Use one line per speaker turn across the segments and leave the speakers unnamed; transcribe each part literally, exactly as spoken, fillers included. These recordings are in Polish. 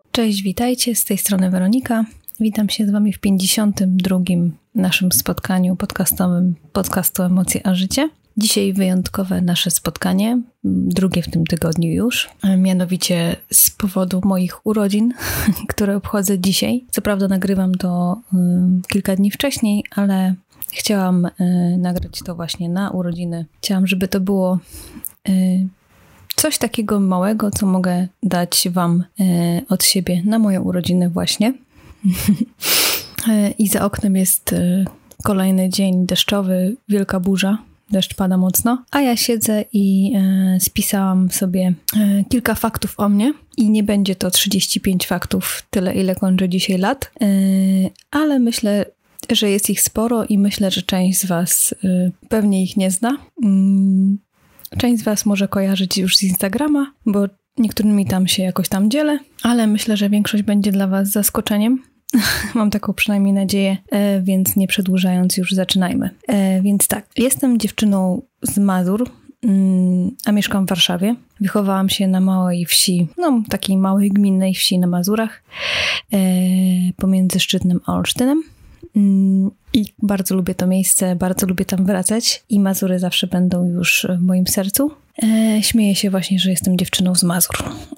Cześć, witajcie, z tej strony Weronika. Witam się z Wami w pięćdziesiątym drugim naszym spotkaniu podcastowym podcastu Emocje a Życie. Dzisiaj wyjątkowe nasze spotkanie, drugie w tym tygodniu już, mianowicie z powodu moich urodzin, które obchodzę dzisiaj. Co prawda nagrywam to y, kilka dni wcześniej, ale chciałam y, nagrać to właśnie na urodziny. Chciałam, żeby to było y, coś takiego małego, co mogę dać Wam y, od siebie na moje urodziny właśnie. I za oknem jest y, kolejny dzień deszczowy, wielka burza. Deszcz pada mocno, a ja siedzę i e, spisałam sobie e, kilka faktów o mnie i nie będzie to trzydzieści pięć faktów, tyle ile kończę dzisiaj lat, e, ale myślę, że jest ich sporo i myślę, że część z Was e, pewnie ich nie zna. Mm, część z Was może kojarzyć już z Instagrama, bo niektórymi tam się jakoś tam dzielę, ale myślę, że większość będzie dla Was zaskoczeniem. Mam taką przynajmniej nadzieję, e, więc nie przedłużając już zaczynajmy. E, więc tak, jestem dziewczyną z Mazur, mm, a mieszkam w Warszawie. Wychowałam się na małej wsi, no takiej małej gminnej wsi na Mazurach, e, pomiędzy Szczytnem a Olsztynem. Mm, I bardzo lubię to miejsce, bardzo lubię tam wracać i Mazury zawsze będą już w moim sercu. E, śmieję się właśnie, że jestem dziewczyną z Mazur.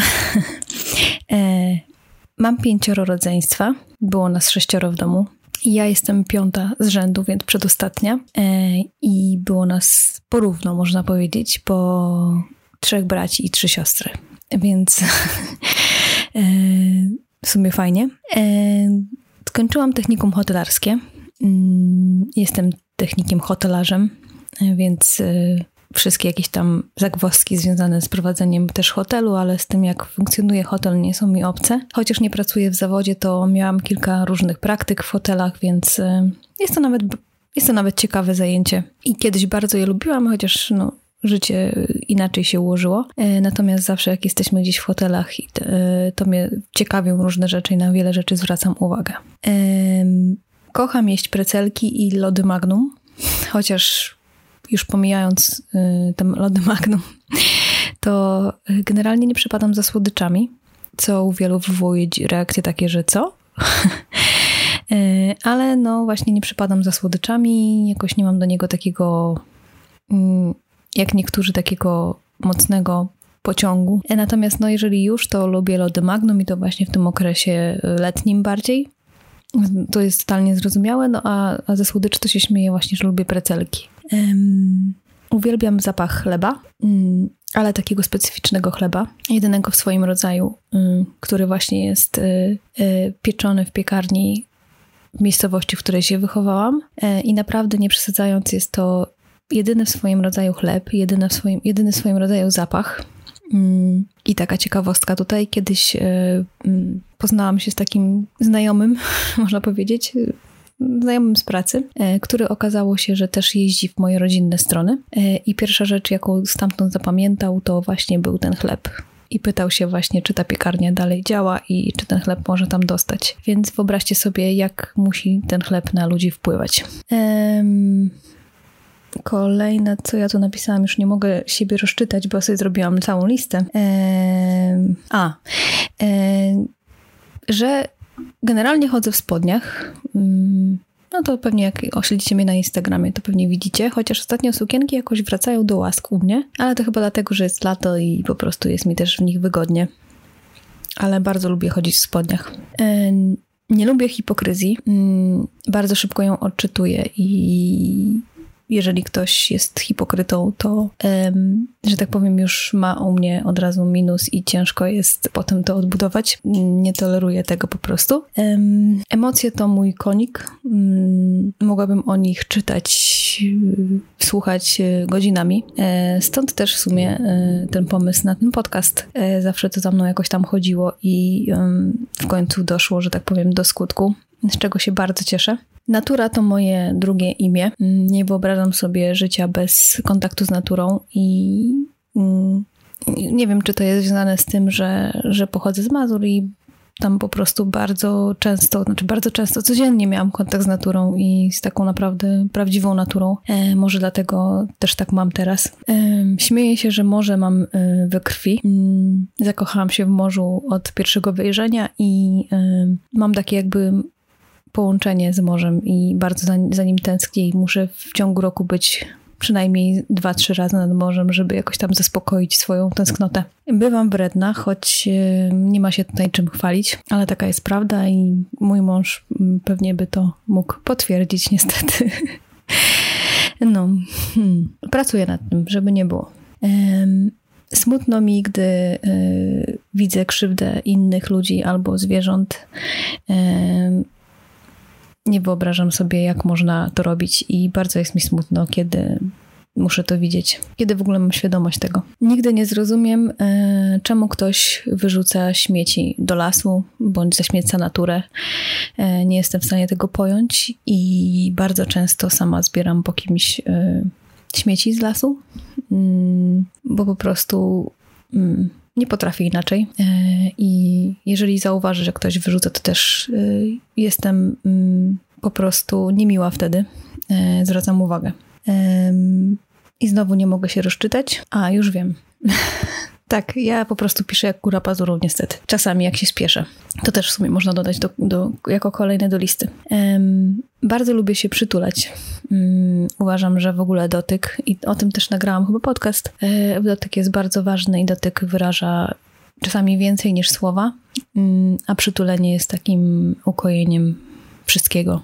e, Mam pięcioro rodzeństwa, było nas sześcioro w domu. Ja jestem piąta z rzędu, więc przedostatnia. E, I było nas porówno, można powiedzieć, po trzech braci i trzy siostry. Więc e, w sumie fajnie. E, skończyłam technikum hotelarskie. Jestem technikiem hotelarzem, więc e, wszystkie jakieś tam zagwozdki związane z prowadzeniem też hotelu, ale z tym, jak funkcjonuje hotel, nie są mi obce. Chociaż nie pracuję w zawodzie, to miałam kilka różnych praktyk w hotelach, więc jest to nawet, jest to nawet ciekawe zajęcie. I kiedyś bardzo je lubiłam, chociaż no, życie inaczej się ułożyło. Natomiast zawsze jak jesteśmy gdzieś w hotelach, to mnie ciekawią różne rzeczy i na wiele rzeczy zwracam uwagę. Kocham jeść precelki i lody Magnum, chociaż już pomijając y, te lody Magnum, to generalnie nie przepadam za słodyczami, co u wielu wywołuje reakcje takie, że co? y, ale no właśnie nie przepadam za słodyczami, jakoś nie mam do niego takiego, y, jak niektórzy, takiego mocnego pociągu. Natomiast no jeżeli już, to lubię lody Magnum i to właśnie w tym okresie letnim bardziej. To jest totalnie zrozumiałe, no a, a ze słodyczy to się śmieję właśnie, że lubię precelki. Um, uwielbiam zapach chleba, um, ale takiego specyficznego chleba, jedynego w swoim rodzaju, um, który właśnie jest y, y, pieczony w piekarni w miejscowości, w której się wychowałam. E, I naprawdę nie przesadzając, jest to jedyny w swoim rodzaju chleb, jedyny w swoim, jedyny w swoim rodzaju zapach. Um, I taka ciekawostka tutaj, kiedyś y, y, poznałam się z takim znajomym, można powiedzieć, znajomym z pracy, który okazało się, że też jeździ w moje rodzinne strony. I pierwsza rzecz, jaką stamtąd zapamiętał, to właśnie był ten chleb. I pytał się właśnie, czy ta piekarnia dalej działa i czy ten chleb może tam dostać. Więc wyobraźcie sobie, jak musi ten chleb na ludzi wpływać. Um, kolejne, co ja tu napisałam, już nie mogę siebie rozczytać, bo sobie zrobiłam całą listę. Um, a, um, że generalnie chodzę w spodniach. No to pewnie jak ośledzicie mnie na Instagramie, to pewnie widzicie. Chociaż ostatnio sukienki jakoś wracają do łask u mnie. Ale to chyba dlatego, że jest lato i po prostu jest mi też w nich wygodnie. Ale bardzo lubię chodzić w spodniach. Nie lubię hipokryzji. Bardzo szybko ją odczytuję i jeżeli ktoś jest hipokrytą, to, um, że tak powiem, już ma u mnie od razu minus i ciężko jest potem to odbudować. Nie toleruję tego po prostu. Um, emocje to mój konik. Um, mogłabym o nich czytać, słuchać godzinami. E, stąd też w sumie e, ten pomysł na ten podcast. E, zawsze to za mną jakoś tam chodziło i um, w końcu doszło, że tak powiem, do skutku, z czego się bardzo cieszę. Natura to moje drugie imię. Nie wyobrażam sobie życia bez kontaktu z naturą i nie wiem, czy to jest związane z tym, że, że pochodzę z Mazur i tam po prostu bardzo często, znaczy bardzo często, codziennie miałam kontakt z naturą i z taką naprawdę prawdziwą naturą. E, może dlatego też tak mam teraz. E, śmieję się, że morze mam e, we krwi. E, zakochałam się w morzu od pierwszego wyjrzenia i e, mam takie jakby połączenie z morzem i bardzo za, za nim tęsknię i muszę w ciągu roku być przynajmniej dwa, trzy razy nad morzem, żeby jakoś tam zaspokoić swoją tęsknotę. Bywam wredna, choć nie ma się tutaj czym chwalić, ale taka jest prawda i mój mąż pewnie by to mógł potwierdzić niestety. No, hmm. pracuję nad tym, żeby nie było. Um, smutno mi, gdy y, widzę krzywdę innych ludzi albo zwierząt. Um, Nie wyobrażam sobie, jak można to robić i bardzo jest mi smutno, kiedy muszę to widzieć. Kiedy w ogóle mam świadomość tego. Nigdy nie zrozumiem, e, czemu ktoś wyrzuca śmieci do lasu bądź zaśmieca naturę. E, nie jestem w stanie tego pojąć i bardzo często sama zbieram po kimś e, śmieci z lasu, mm, bo po prostu... Mm, nie potrafię inaczej. I jeżeli zauważę, że ktoś wyrzuca, to też jestem po prostu niemiła wtedy. Zwracam uwagę. I znowu nie mogę się rozczytać. A, już wiem. Tak, ja po prostu piszę jak kura pazurą niestety. Czasami jak się spieszę. To też w sumie można dodać do, do, jako kolejne do listy. Um, bardzo lubię się przytulać. Um, uważam, że w ogóle dotyk, i o tym też nagrałam chyba podcast, e, dotyk jest bardzo ważny i dotyk wyraża czasami więcej niż słowa, um, a przytulenie jest takim ukojeniem wszystkiego.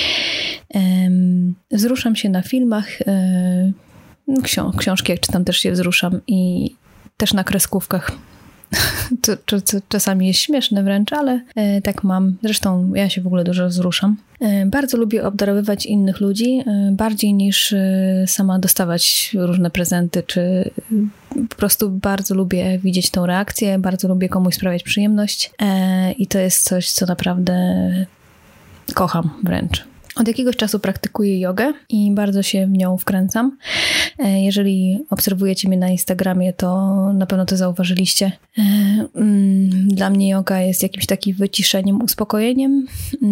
Um, wzruszam się na filmach, e, ksią- książki jak czytam też się wzruszam i też na kreskówkach. To, to, to czasami jest śmieszne wręcz, ale e, tak mam. Zresztą ja się w ogóle dużo wzruszam. E, bardzo lubię obdarowywać innych ludzi, e, bardziej niż e, sama dostawać różne prezenty, czy e, po prostu bardzo lubię widzieć tą reakcję, bardzo lubię komuś sprawiać przyjemność e, i to jest coś, co naprawdę kocham wręcz. Od jakiegoś czasu praktykuję jogę i bardzo się w nią wkręcam. Jeżeli obserwujecie mnie na Instagramie, to na pewno to zauważyliście. Dla mnie joga jest jakimś takim wyciszeniem, uspokojeniem.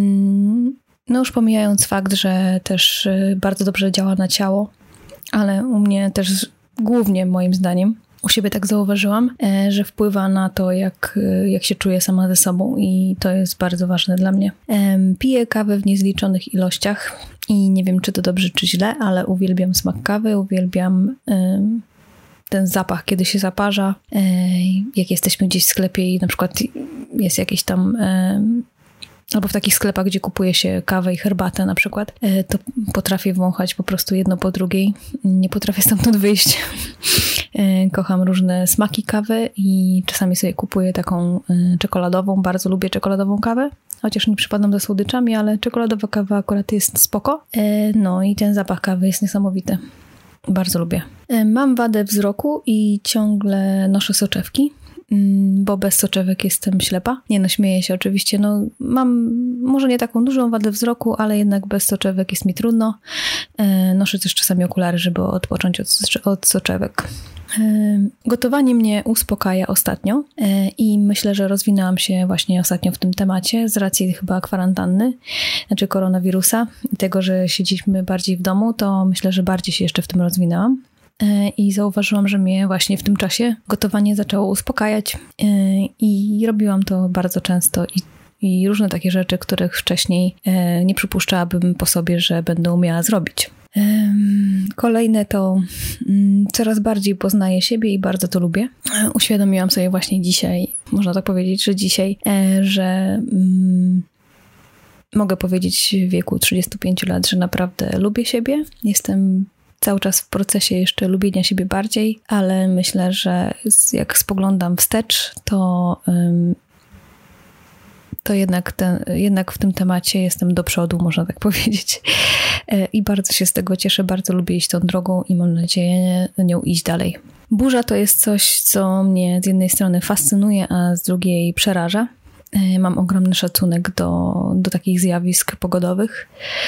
No już pomijając fakt, że też bardzo dobrze działa na ciało, ale u mnie też głównie moim zdaniem, u siebie tak zauważyłam, że wpływa na to, jak, jak się czuję sama ze sobą i to jest bardzo ważne dla mnie. Piję kawę w niezliczonych ilościach i nie wiem, czy to dobrze, czy źle, ale uwielbiam smak kawy, uwielbiam ten zapach, kiedy się zaparza. Jak jesteśmy gdzieś w sklepie i na przykład jest jakieś tam... albo w takich sklepach, gdzie kupuje się kawę i herbatę na przykład, to potrafię wąchać po prostu jedno po drugiej. Nie potrafię stamtąd wyjść. Kocham różne smaki kawy i czasami sobie kupuję taką czekoladową. Bardzo lubię czekoladową kawę, chociaż nie przypadam za słodyczami, ale czekoladowa kawa akurat jest spoko. No i ten zapach kawy jest niesamowity. Bardzo lubię. Mam wadę wzroku i ciągle noszę soczewki, bo bez soczewek jestem ślepa. Nie no, śmieję się oczywiście. No, mam może nie taką dużą wadę wzroku, ale jednak bez soczewek jest mi trudno. E, noszę też czasami okulary, żeby odpocząć od, od soczewek. E, gotowanie mnie uspokaja ostatnio e, i myślę, że rozwinęłam się właśnie ostatnio w tym temacie z racji chyba kwarantanny, znaczy koronawirusa i tego, że siedzieliśmy bardziej w domu, to myślę, że bardziej się jeszcze w tym rozwinęłam. I zauważyłam, że mnie właśnie w tym czasie gotowanie zaczęło uspokajać i robiłam to bardzo często i, i różne takie rzeczy, których wcześniej nie przypuszczałabym po sobie, że będę umiała zrobić. Kolejne to coraz bardziej poznaję siebie i bardzo to lubię. Uświadomiłam sobie właśnie dzisiaj, można tak powiedzieć, że dzisiaj, że mogę powiedzieć w wieku trzydziestu pięciu lat, że naprawdę lubię siebie. Jestem cały czas w procesie jeszcze lubienia siebie bardziej, ale myślę, że jak spoglądam wstecz, to, to jednak, ten, jednak w tym temacie jestem do przodu, można tak powiedzieć. I bardzo się z tego cieszę, bardzo lubię iść tą drogą i mam nadzieję nią iść dalej. Burza to jest coś, co mnie z jednej strony fascynuje, a z drugiej przeraża. Mam ogromny szacunek do, do takich zjawisk pogodowych.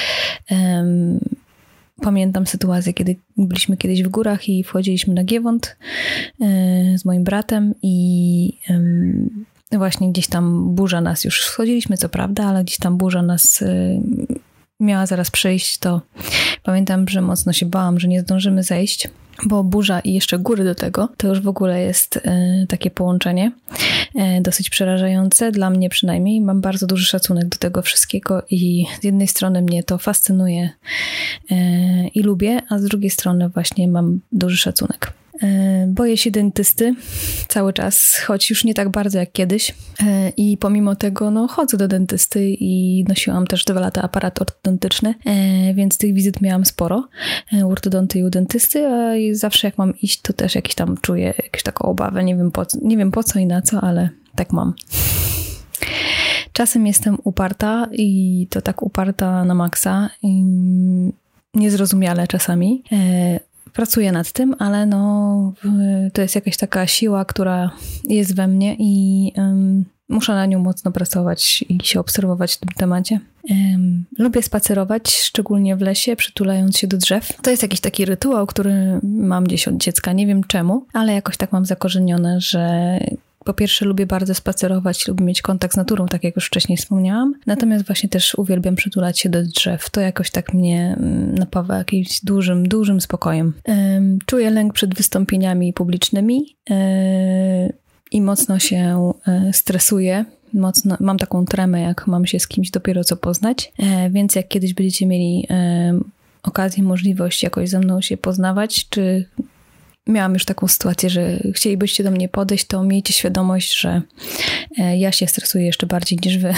Pamiętam sytuację, kiedy byliśmy kiedyś w górach i wchodziliśmy na Giewont z moim bratem i właśnie gdzieś tam burza nas, już schodziliśmy co prawda, ale gdzieś tam burza nas miała zaraz przyjść, to pamiętam, że mocno się bałam, że nie zdążymy zejść, bo burza i jeszcze góry do tego, to już w ogóle jest y, takie połączenie y, dosyć przerażające, dla mnie przynajmniej. Mam bardzo duży szacunek do tego wszystkiego i z jednej strony mnie to fascynuje y, i lubię, a z drugiej strony właśnie mam duży szacunek. Boję się dentysty cały czas, choć już nie tak bardzo jak kiedyś i pomimo tego no, chodzę do dentysty i nosiłam też dwa lata aparat ortodontyczny, więc tych wizyt miałam sporo u ortodonty i u dentysty, a zawsze jak mam iść, to też jakieś tam czuję jakąś taką obawę, nie wiem po, nie wiem po co i na co, ale tak mam. Czasem jestem uparta i to tak uparta na maksa, i niezrozumiale czasami. Pracuję nad tym, ale no to jest jakaś taka siła, która jest we mnie i um, muszę na nią mocno pracować i się obserwować w tym temacie. Um, lubię spacerować, szczególnie w lesie, przytulając się do drzew. To jest jakiś taki rytuał, który mam gdzieś od dziecka, nie wiem czemu, ale jakoś tak mam zakorzenione, że po pierwsze lubię bardzo spacerować, lubię mieć kontakt z naturą, tak jak już wcześniej wspomniałam. Natomiast właśnie też uwielbiam przytulać się do drzew. To jakoś tak mnie napawa jakimś dużym, dużym spokojem. Czuję lęk przed wystąpieniami publicznymi i mocno się stresuję. Mocno, mam taką tremę, jak mam się z kimś dopiero co poznać. Więc jak kiedyś będziecie mieli okazję, możliwość jakoś ze mną się poznawać, czy miałam już taką sytuację, że chcielibyście do mnie podejść, to miejcie świadomość, że ja się stresuję jeszcze bardziej niż wy.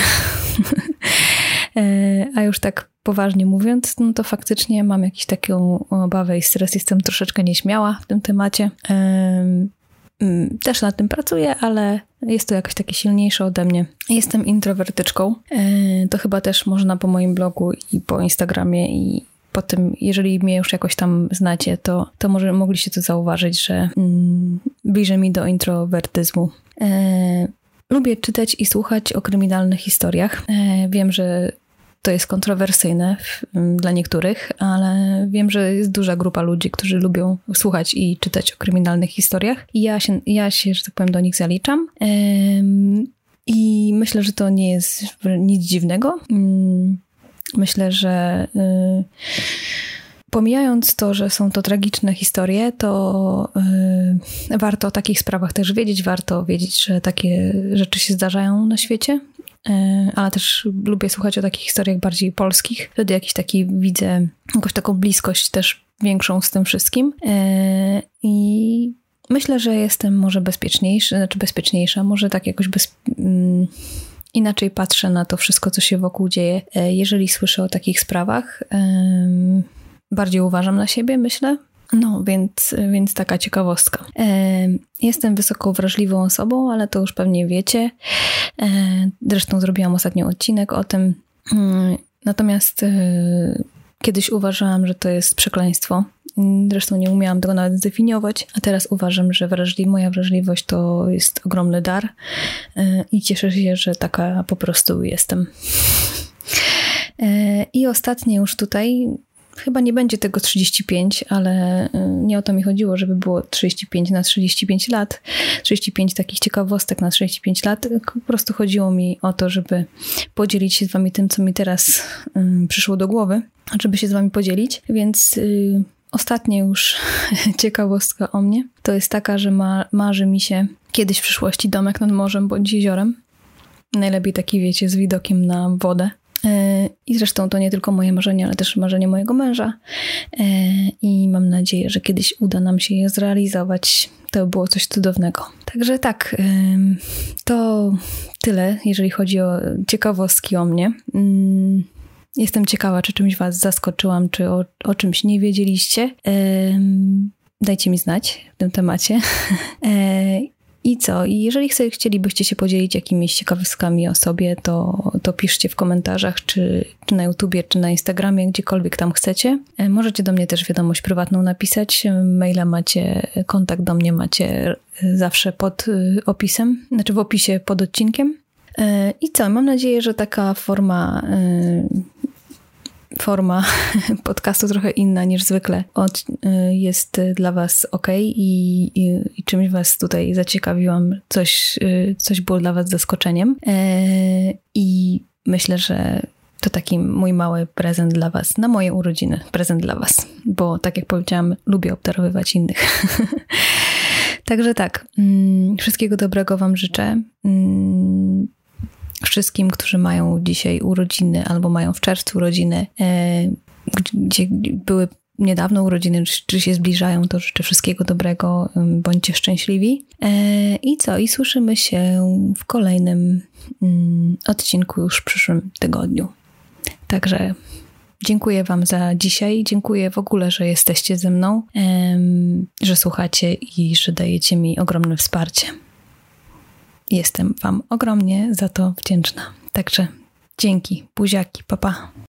A już tak poważnie mówiąc, no to faktycznie mam jakąś taką obawę i stres. Jestem troszeczkę nieśmiała w tym temacie. Też nad tym pracuję, ale jest to jakoś takie silniejsze ode mnie. Jestem introwertyczką. To chyba też można po moim blogu i po Instagramie i po tym, jeżeli mnie już jakoś tam znacie, to, to może mogliście to zauważyć, że mm, bliżej mi do introwertyzmu. E, lubię czytać i słuchać o kryminalnych historiach. E, wiem, że to jest kontrowersyjne w, m, dla niektórych, ale wiem, że jest duża grupa ludzi, którzy lubią słuchać i czytać o kryminalnych historiach. I ja się, ja się że tak powiem, do nich zaliczam. E, I myślę, że to nie jest nic dziwnego. Mm, Myślę, że y, pomijając to, że są to tragiczne historie, to y, warto o takich sprawach też wiedzieć, warto wiedzieć, że takie rzeczy się zdarzają na świecie, y, ale też lubię słuchać o takich historiach bardziej polskich. Wtedy jakiś taki widzę jakąś taką bliskość też większą z tym wszystkim y, i myślę, że jestem może bezpieczniejsza, znaczy bezpieczniejsza, może tak jakoś bez... Y, Inaczej patrzę na to wszystko, co się wokół dzieje. Jeżeli słyszę o takich sprawach, bardziej uważam na siebie, myślę. No, więc, więc taka ciekawostka. Jestem wysoko wrażliwą osobą, ale to już pewnie wiecie. Zresztą zrobiłam ostatnio odcinek o tym. Natomiast kiedyś uważałam, że to jest przekleństwo. Zresztą nie umiałam tego nawet zdefiniować, a teraz uważam, że wrażli- moja wrażliwość to jest ogromny dar i cieszę się, że taka po prostu jestem. I ostatnie już tutaj, chyba nie będzie tego trzydzieści pięć, ale nie o to mi chodziło, żeby było trzydzieści pięć na trzydzieści pięć lat, trzydzieści pięć takich ciekawostek na trzydzieści pięć lat. Po prostu chodziło mi o to, żeby podzielić się z wami tym, co mi teraz um, przyszło do głowy, żeby się z wami podzielić, więc... Yy, Ostatnia już ciekawostka o mnie to jest taka, że ma, marzy mi się kiedyś w przyszłości domek nad morzem bądź jeziorem. Najlepiej taki, wiecie, z widokiem na wodę. Yy, I zresztą to nie tylko moje marzenie, ale też marzenie mojego męża. Yy, I mam nadzieję, że kiedyś uda nam się je zrealizować. To było coś cudownego. Także tak, yy, to tyle, jeżeli chodzi o ciekawostki o mnie. Yy. Jestem ciekawa, czy czymś was zaskoczyłam, czy o, o czymś nie wiedzieliście. Ehm, dajcie mi znać w tym temacie. ehm, I co? I jeżeli chce, chcielibyście się podzielić jakimiś ciekawostkami o sobie, to, to piszcie w komentarzach, czy, czy na YouTubie, czy na Instagramie, gdziekolwiek tam chcecie. Ehm, możecie do mnie też wiadomość prywatną napisać. Maila macie, kontakt do mnie macie zawsze pod opisem, znaczy w opisie pod odcinkiem. I co? Mam nadzieję, że taka forma forma podcastu trochę inna niż zwykle od, jest dla was okej i, i, i czymś was tutaj zaciekawiłam, coś, coś było dla was zaskoczeniem i myślę, że to taki mój mały prezent dla was, na moje urodziny, prezent dla was, bo tak jak powiedziałam, lubię obdarowywać innych. Także tak, wszystkiego dobrego wam życzę. Wszystkim, którzy mają dzisiaj urodziny albo mają w czerwcu urodziny, gdzie były niedawno urodziny, czy się zbliżają, to życzę wszystkiego dobrego, bądźcie szczęśliwi. I co? I słyszymy się w kolejnym odcinku już w przyszłym tygodniu. Także dziękuję wam za dzisiaj, dziękuję w ogóle, że jesteście ze mną, że słuchacie i że dajecie mi ogromne wsparcie. Jestem wam ogromnie za to wdzięczna. Także dzięki, buziaki, pa pa.